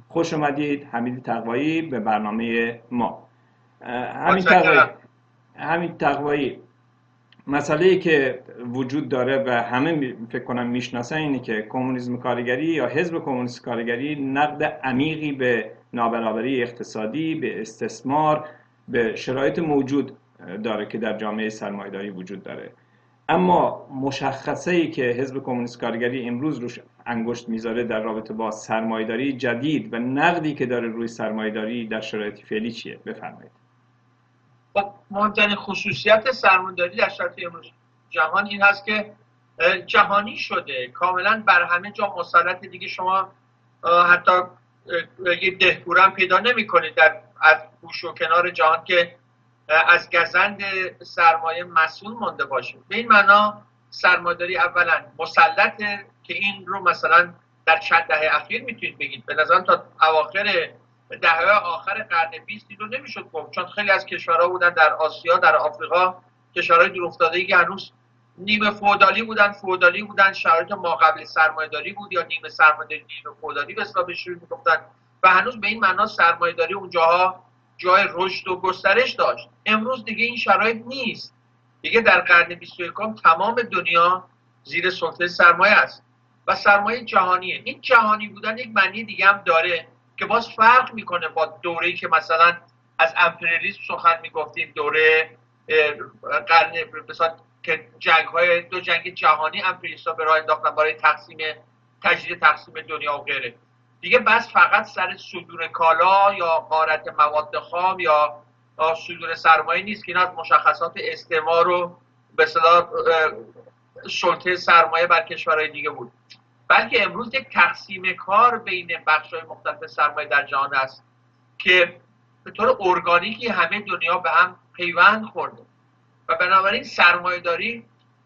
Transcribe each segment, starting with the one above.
خوش اومدید حمید تقوایی به برنامه ما. حمید تقوایی، مسئله‌ای که وجود داره و همه فکر کنم میشناسن اینه که کمونیسم کارگری یا حزب کمونیست کارگری نقد عمیقی به نابرابری اقتصادی، به استثمار، به شرایط موجود داره که در جامعه سرمایه‌داری وجود داره. اما مشخصه‌ای که حزب کمونیست کارگری امروز روش انگشت میذاره در رابطه با سرمایه‌داری جدید و نقدی که داره روی سرمایه‌داری در شرایط فعلی چیه؟ بفرمایید. مهمترین خصوصیت سرمایه‌داری در شرایط امروز جهان این هست که جهانی شده، کاملا بر همه جا مسلط. دیگه شما حتی یه دهپوره هم پیدا نمی‌کنید در از گوش و کنار جهان که از گزند سرمایه مسئول مونده باشه. به این معنا سرمایه‌داری اولا مسلطه که این رو مثلا در چند دهه اخیر میتونید بگید. به نظرم تا اواخر دهه آخر قرن 20 رو نمیشد گفت، چون خیلی از کشورها بودن در آسیا، در آفریقا، کشورهای دورافتاده‌ای که هنوز نیمه فئودالی بودن، شرایط ما قبل سرمایه‌داری بود یا نیمه سرمایه‌داری نیمه فئودالی به اصطلاح بهش میگفتن و هنوز به این معنا سرمایه‌داری اونجاها جای رشد و گسترش داشت. امروز دیگه این شرایط نیست. دیگه در قرن 21 تمام دنیا زیر سلطه سرمایه است و سرمایه جهانیه. این جهانی بودن یک معنی دیگه هم داره که باز فرق میکنه با دوره‌ای که مثلا از امپریالیسم سخن میگفتیم، دوره قرن مثلا که دو جنگ جهانی امپریالیست‌ها به راه انداختن برای تجدید تقسیم دنیا و غیره. دیگه بس فقط سر صدور کالا یا غارت مواد خام یا صدور سرمایه نیست که این از مشخصات استعمار رو به اصطلاح سلطه سرمایه بر کشورهای دیگه بود، بلکه امروز یک تقسیم کار بین بخش‌های مختلف سرمایه در جهان است که به طور ارگانیکی همه دنیا به هم پیوند خورده و بنابراین سرمایه‌داری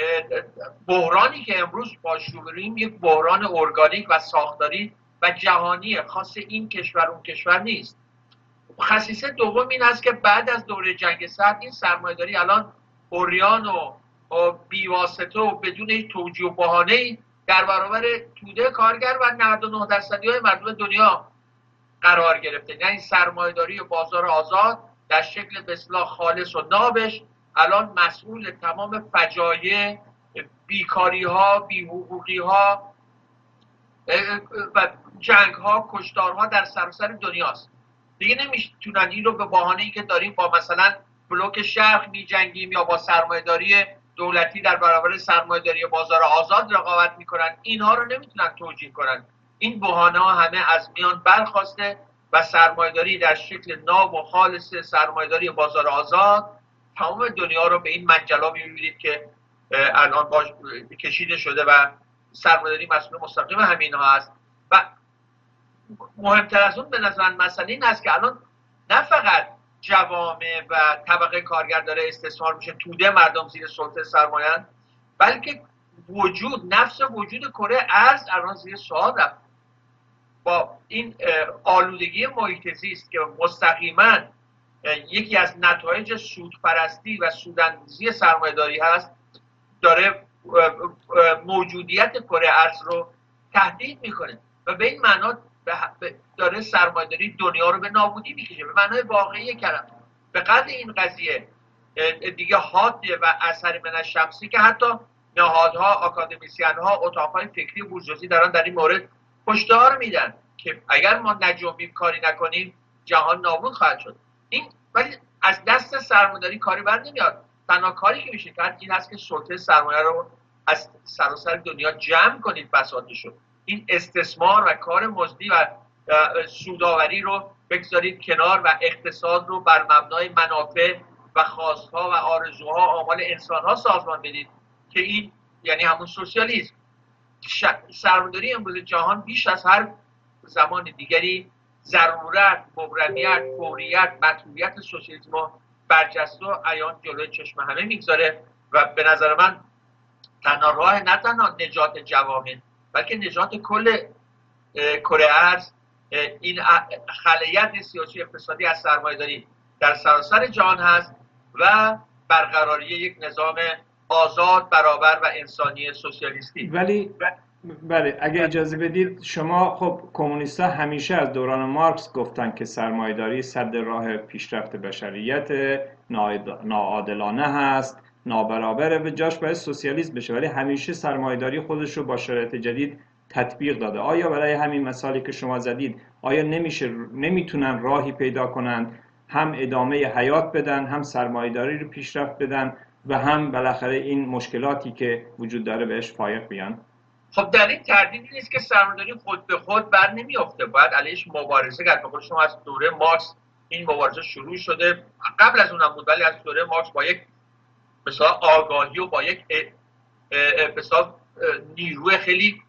بحرانی که امروز باش روبرویم یک بحران ارگانیک و ساختاری و جهانیه، خاص این کشور اون کشور نیست. خصیصه دوم این است که بعد از دوره جنگ سرد این سرمایه‌داری الان عریان و بی‌واسطه و بدون هیچ توجیه و بهانه‌ای در برابر توده کارگر و 99% مردم دنیا قرار گرفته. یعنی سرمایه‌داری و بازار آزاد در شکل به اصطلاح خالص و نابش الان مسئول تمام فجایع، بیکاری‌ها، بی‌حقوقی‌ها و جنگ‌ها، کشتارها در سراسر دنیاست. دیگه نمیتونن این رو به بهانه‌ای که داریم با مثلا بلوک شرق می‌جنگیم یا با سرمایه‌داری دولتی در برابر سرمایه‌داری بازار آزاد رقابت می‌کنن، اینها رو نمیتونن توجیه کنن. این بهانه‌ها همه از میان برخاسته و سرمایه‌داری در شکل ناب و خالص سرمایه‌داری بازار آزاد تمام دنیا رو به این منجلا می‌بینید که الان باش کشیده شده و سرمایه‌داری مسئول مستقیم همین‌ها است. و مهمتر از اون به نظر مسئله این است که الان نه فقط جوامع و طبقه کارگر داره استثمار میشه، توده مردم زیر سلطه سرمایه‌اند، بلکه نفس وجود کره ارض الان زیر سوال رفت با این آلودگی محیط زیست که مستقیما یکی از نتایج سودپرستی و سوداندوزی سرمایه‌داری هست، داره موجودیت کره ارض رو تهدید میکنه و به این معنا داره سرمایه‌داری دنیا رو به نابودی میکشه. به معنای واقعی کلمه به قدر این قضیه دیگه حاده و اثر من الشمسی که حتی نهادها، آکادمیسیان‌ها، اتاق‌های فکری بورژوازی دارن در این مورد هشدار میدن که اگر ما نجومیم، کاری نکنیم، جهان نابود خواهد شد. این ولی از دست سرمایه‌داری کاری بر نمیاد. تنها کاری که میشه کرد این هست که سلطه سرمایه رو از سراسر دنیا جمع کنید بساطشو. این استثمار و کار مزدی و سودآوری رو بگذارید کنار و اقتصاد رو بر مبنای منافع و خواستها و آرزوها، آمال انسان‌ها سازمان بدید که این یعنی همون سوسیالیسم. سرمایه‌داری امروز جهان بیش از هر زمان دیگری ضرورت، مبرمیت، فوریت، مطلوبیت سوسیالیسم رو برجسته و عیان جلوی چشم همه میگذاره و به نظر من تنها راه نه تنها نجات جوامع بلکه نجات کل کره ارض این خلیت سیاسی اقتصادی از سرمایه‌داری در سراسر جهان هست و برقراری یک نظام آزاد، برابر و انسانی سوسیالیستی. ولی بله اگه اجازه بدید، شما خب کمونیست‌ها همیشه از دوران مارکس گفتن که سرمایه‌داری سد راه پیشرفت بشریت، ناعادلانه هست، نابرابره و جاش باید سوسیالیسم بشه، ولی همیشه سرمایه‌داری خودش رو با شرایط جدید تطبیق داده. آیا برای همین مثالی که شما زدید، آیا نمیتونن راهی پیدا کنند هم ادامه حیات بدن، هم سرمایه‌داری رو پیشرفت بدن و هم بالاخره این مشکلاتی که وجود داره بهش فائق بیان؟ خب در این تردیدی نیست که سرمایه‌داری خود به خود بر نمیافته، باید علیهش مبارزه کرد. به قول شما از دوره مارکس این مبارزه شروع شده، قبل از اونم بود، ولی از دوره مارکس با یک مثلا آگاهی و با یک مثلا نیروی خیلی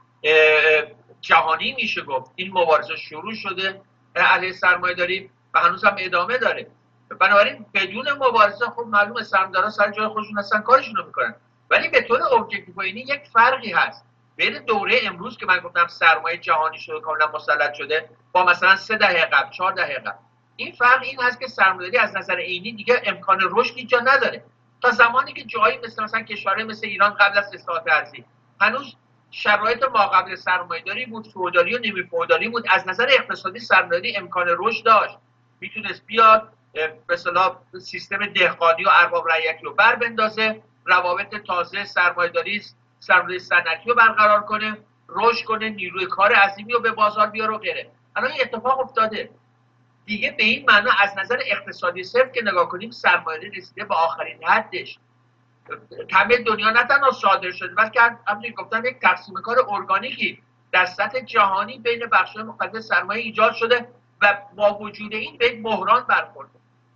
جهانی میشه گفت این مبارزه شروع شده علیه سرمایه‌داری و هنوز هم ادامه داره. بنابراین بدون مبارزه خب معلومه سرمایه‌دارا سر جای خودشون هستن، کارشون رو میکنن. ولی به طور ابجکتیو اینی یک فرقی هست بین دوره امروز که من گفتم سرمایه جهانی شده کاملا مسلط شده با مثلا 3 دهه قبل 4 دهه قبل. این فرق این هست که سرمایه‌داری از نظر عینی دیگه امکان رشد اینجا نداره. تا زمانی که جایی مثلا کشورهای مثل ایران قبل از اصلاحات ارضی هنوز شرایط ما قبل سرمایه‌داری بود، فئودالی و نیمه فئودالی بود، از نظر اقتصادی سرمایه‌داری امکان رشد داشت، میتونست بیاد به اصطلاح سیستم دهقانی و ارباب رعیتی رو بر بندازه، روابط تازه سرمایه‌داری صنعتی رو برقرار کنه، رشد کنه، نیروی کار عظیمی رو به بازار بیاره و غیره. الان این اتفاق افتاده دیگه. به این معنا از نظر اقتصادی صرف که نگاه کنیم سرمایه‌داری رسیده به آخرین حدش. همه دنیا نه تنها صادر شده بلکه همونطور گفتم یک تقسیم کار ارگانیکی در سطح جهانی بین بخش‌های مختلف سرمایه ایجاد شده و با وجود این به یک بحران برخورده.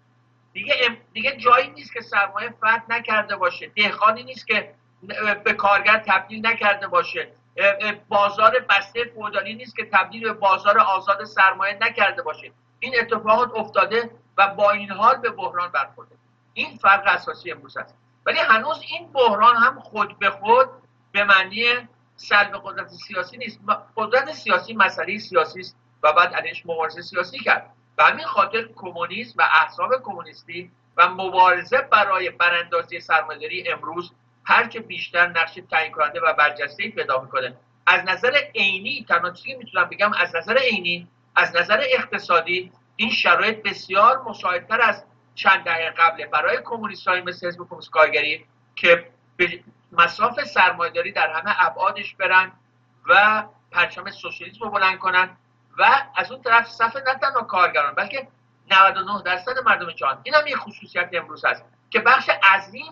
دیگه جایی نیست که سرمایه فتح نکرده باشه، دهقانی نیست که به کارگر تبدیل نکرده باشه، بازار بسته فئودالی نیست که تبدیل به بازار آزاد سرمایه نکرده باشه. این اتفاقات افتاده و با این حال به بحران برخورده. این فرق اساسی امروز است. ولی هنوز این بحران هم خود به خود به معنی سلب قدرت سیاسی نیست. قدرت سیاسی مسئله سیاسی است و بعد علیش مبارزه سیاسی کرد. به همین خاطر کمونیسم و احزاب کمونیستی و مبارزه برای براندازی سرمایه‌داری امروز هرچه بیشتر نقش تعیین کننده و برجسته‌ای پیدا می‌کنه. از نظر عینی تنها چیزی میتونم بگم از نظر عینی، از نظر اقتصادی این شرایط بسیار مساعدتر از چند دهه قبل برای کمونیست‌های مثل حزب کمونیست کارگری که به مصاف سرمایه‌داری در همه ابعادش برن و پرچم سوسیالیسم رو بلند کنن و از اون طرف صف نه تنها کارگران بلکه 99% مردم جهان. این هم یک خصوصیت امروز هست که بخش عظیم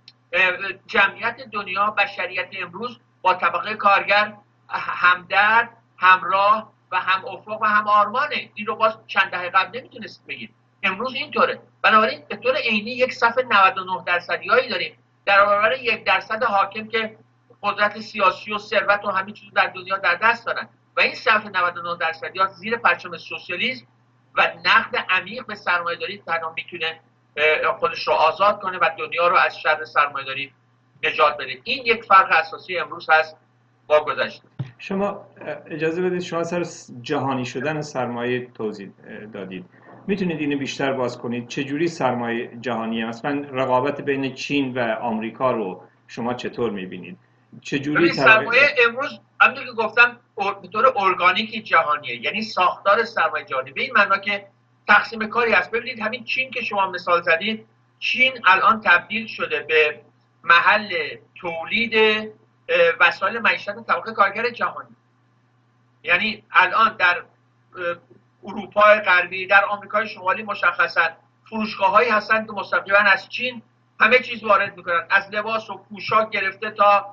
جمعیت دنیا بشریت امروز با طبقه کارگر همدرد، همراه و هم افق و هم آرمانه. این رو باز چند دهه قبل نمیتونست بگید، امروز اینطوره. بنابراین به طور عینی یک صف 99%یایی داریم در برابر 1% حاکم که قدرت سیاسی و ثروت و همه چیز در دنیا در دست دارن و این صف 99%ها زیر پرچم سوسیالیسم و نقد عمیق به سرمایه‌داری تنها میتونه خودش رو آزاد کنه و دنیا رو از شر سرمایه‌داری نجات بده. این یک فرق اساسی امروز هست با گذشته. شما اجازه بدید، شما سر جهانی شدن سرمایه توضیح دادید، میتونید اینو بیشتر باز کنید؟ چجوری سرمایه جهانیه؟ مثلا رقابت بین چین و آمریکا رو شما چطور میبینید؟ چجوری سرمایه امروز همونطور که گفتم به طور ارگانیکی جهانیه، یعنی ساختار سرمایه جهانی به این معنا که تقسیم کاری هست. ببینید همین چین که شما مثال زدید، چین الان تبدیل شده به محل تولید وسایل معیشت طبقه کارگر جهانی. یعنی الان در اروپای غربی، در آمریکای شمالی مشخصا فروشگاه‌هایی هستند که مستقیما از چین همه چیز وارد میکنن، از لباس و پوشاک گرفته تا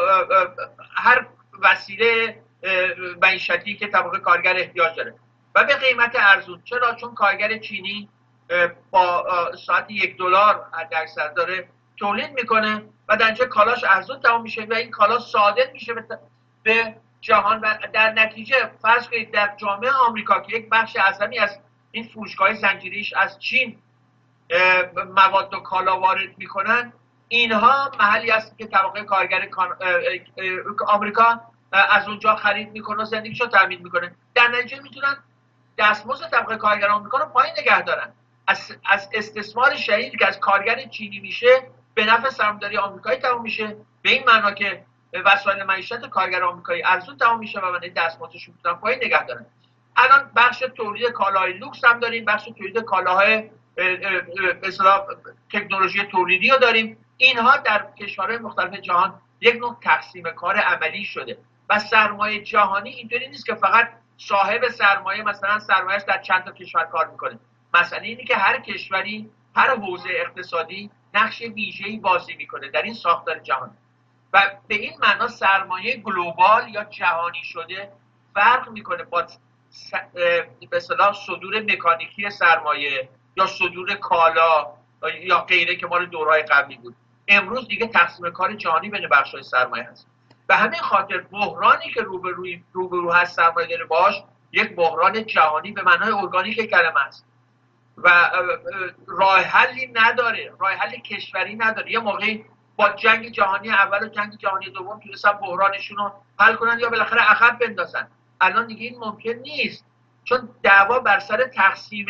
هر وسیله معیشتی که طبقه کارگر احتیاج داره و به قیمت ارزون. چرا؟ چون کارگر چینی با ساعت $1 حداکثر داره تولید میکنه و در نتیجه کالاش ارزون تمام میشه و این کالا صادر میشه به جهان و در نتیجه فرض کنید در جامعه آمریکا که یک بخش اعظمی از این فروشگاه زنجیریش از چین مواد و کالا وارد میکنن، اینها محلی است که طبقه کارگر آمریکا از اونجا خرید میکنه و زندگیشو تامین میکنه. در نتیجه میتونن دستمزد طبقه کارگر آمریکا رو پایین نگه دارن. از استثمار شدید که از کارگر چینی میشه به نفع سرمایه‌داری آمریکایی تموم میشه، به این معنا که وسایل معیشت کارگر آمریکایی ارزون تمام میشه و من دستمزدشون میتونن پایین نگه دارن. الان بخش تولید کالاهای لوکس هم داریم، بخش تولید کالاهای به اصطلاح تکنولوژی تولیدی رو داریم. اینها در کشورهای مختلف جهان یک نوع تقسیم کار عملی شده و سرمایه جهانی اینطوری نیست که فقط صاحب سرمایه مثلا سرمایه‌اش در چند تا کشور کار میکنه. مسئله اینه که هر کشوری، هر حوزه اقتصادی نقش ویژه‌ای بازی میکنه در این ساختار جهانی و به این معنا سرمایه گلوبال یا جهانی شده فرق میکنه با به اصطلاح صدور مکانیکی سرمایه یا صدور کالا یا غیره که مال دورهای قبلی بود. امروز دیگه تقسیم کار جهانی بین بخش‌های سرمایه هست. به همین خاطر بحرانی که روبرو هست سرمایه‌داری باش یک بحران جهانی به معنای ارگانیک کلمه است و راه حلی نداره، راه حل کشوری نداره. یه موقعی با جنگ جهانی اول و جنگ جهانی دوم تونستن بحرانشون رو حل کنن یا بالاخره عقب بندازن. الان دیگه این ممکن نیست، چون دعوا بر سر تقسیم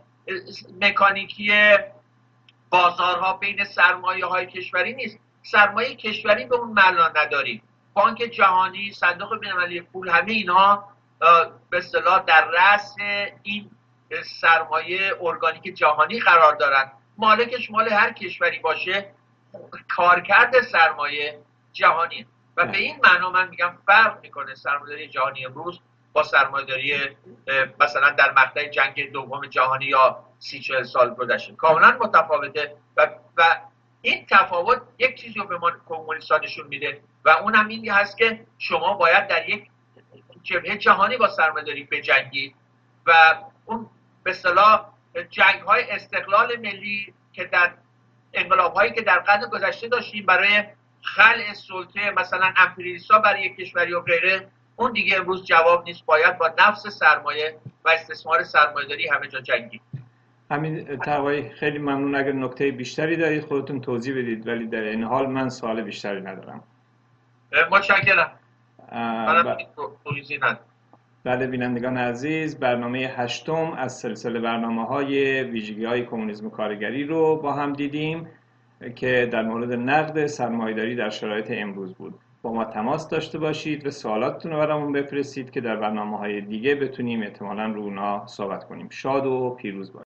مکانیکی بازارها بین سرمایه‌های کشوری نیست. سرمایه کشوری به اون معنا نداریم. بانک جهانی، صندوق بین‌المللی پول، همه اینها به اصطلاح در رأس این سرمایه ارگانیک جهانی قرار دارن. مالکش مال هر کشوری باشه، کارکرد سرمایه جهانی و به این معنا من میگم فرق میکنه سرمایه‌داری جهانی امروز با سرمایه‌داری مثلا در مقطع جنگ دوم جهانی یا 30-40 سال گذشته. کاملا متفاوته و این تفاوت یک چیزی رو به ما کمونیست‌ها نشون میده و اون هم این هست که شما باید در یک جبهه جهانی با سرمایه‌داری بجنگید و اون به اصطلاح جنگ‌های استقلال ملی که در انقلاب‌هایی که در قرن گذشته داشتیم برای خلع سلطه مثلا امپریالیست‌ها برای یک کشوری و غیره، اون دیگه امروز جواب نیست. باید با نفس سرمایه و استثمار سرمایه‌داری همه جا جنگید. همین تقوی خیلی ممنون. اگر نکته بیشتری دارید خودتون توضیح بدید، ولی در این حال من سوال بیشتری ندارم. متشکرم. منم توضیحی ندارم. بله بینندگان عزیز، برنامه 8 از سلسله برنامه‌های ویژگی‌های کمونیسم کارگری رو با هم دیدیم که در مورد نقد سرمایه‌داری در شرایط امروز بود. با ما تماس داشته باشید و سوالاتتون رو برامون بفرستید که در برنامه‌های دیگه بتونیم احتمالاً رو اونها صحبت کنیم. شاد و پیروز باشید.